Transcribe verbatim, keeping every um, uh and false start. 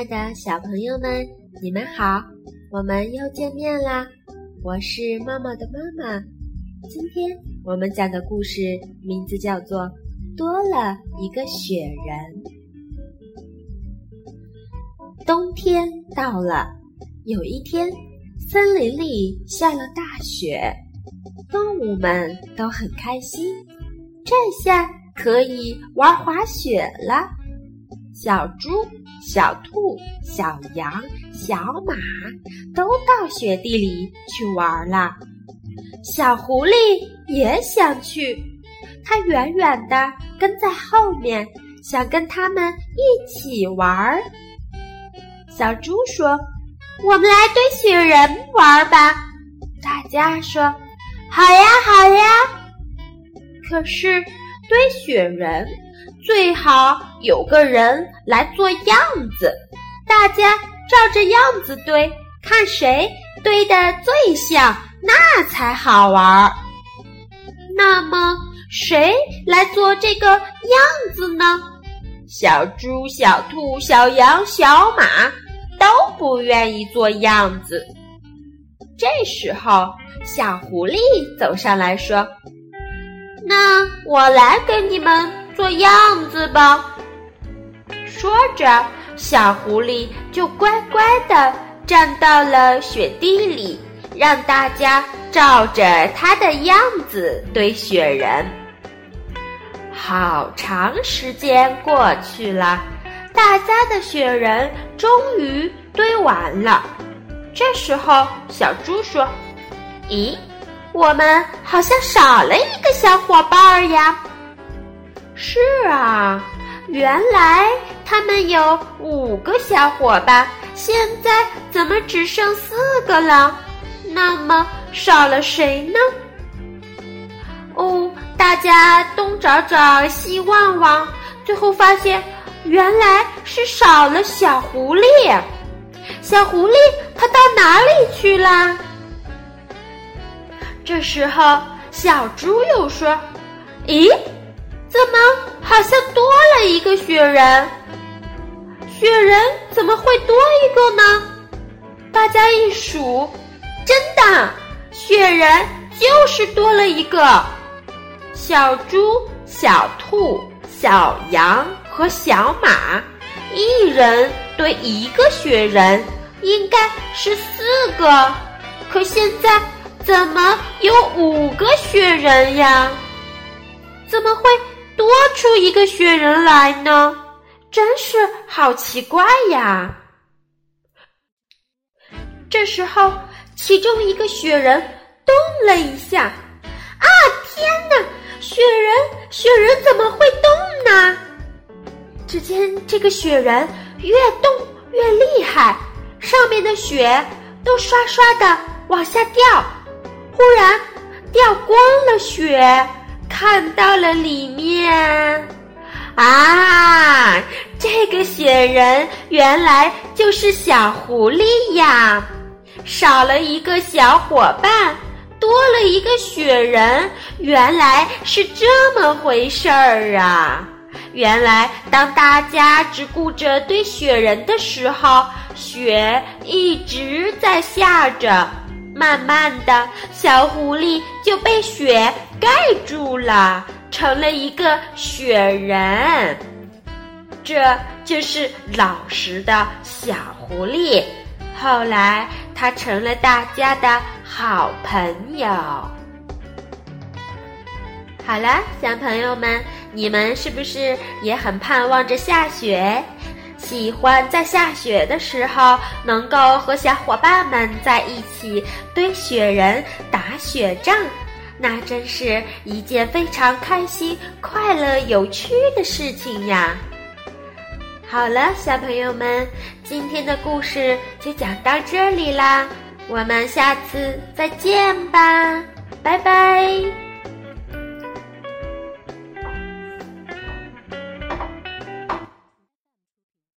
爱的小朋友们，你们好，我们又见面啦！我是妈妈的妈妈。今天我们讲的故事名字叫做《多了一个雪人》。冬天到了，有一天，森林里下了大雪，动物们都很开心，这下可以玩滑雪了。小猪、小兔、小羊、小马都到雪地里去玩了。小狐狸也想去，它远远地跟在后面，想跟他们一起玩。小猪说：“我们来堆雪人玩吧。”大家说：“好呀，好呀。”可是堆雪人最好有个人来做样子，大家照着样子堆，看谁堆得最像，那才好玩。那么谁来做这个样子呢？小猪、小兔、小羊、小马都不愿意做样子。这时候，小狐狸走上来说：“那我来给你们做样子吧。”说着，小狐狸就乖乖地站到了雪地里，让大家照着它的样子堆雪人。好长时间过去了，大家的雪人终于堆完了。这时候，小猪说：“咦，我们好像少了一个小伙伴呀。”是啊，原来他们有五个小伙伴，现在怎么只剩四个了？那么少了谁呢？哦，大家东找找西望望，最后发现原来是少了小狐狸。小狐狸它到哪里去啦？这时候小猪又说：“咦，怎么好像多了一个雪人？雪人怎么会多一个呢？”大家一数，真的，雪人就是多了一个。小猪、小兔、小羊和小马，一人堆一个雪人，应该是四个。可现在怎么有五个雪人呀？怎么会多出一个雪人来呢？真是好奇怪呀！这时候，其中一个雪人动了一下。啊，天哪！雪人，雪人怎么会动呢？只见这个雪人越动越厉害，上面的雪都刷刷的往下掉。忽然掉光了雪，看到了里面。啊，这个雪人原来就是小狐狸呀！少了一个小伙伴，多了一个雪人，原来是这么回事儿啊！原来当大家只顾着堆雪人的时候，雪一直在下着，慢慢的，小狐狸就被雪盖住了，成了一个雪人。这就是老实的小狐狸。后来，它成了大家的好朋友。好了，小朋友们，你们是不是也很盼望着下雪？喜欢在下雪的时候能够和小伙伴们在一起堆雪人、打雪仗，那真是一件非常开心、快乐、有趣的事情呀！好了，小朋友们，今天的故事就讲到这里啦，我们下次再见吧，拜拜。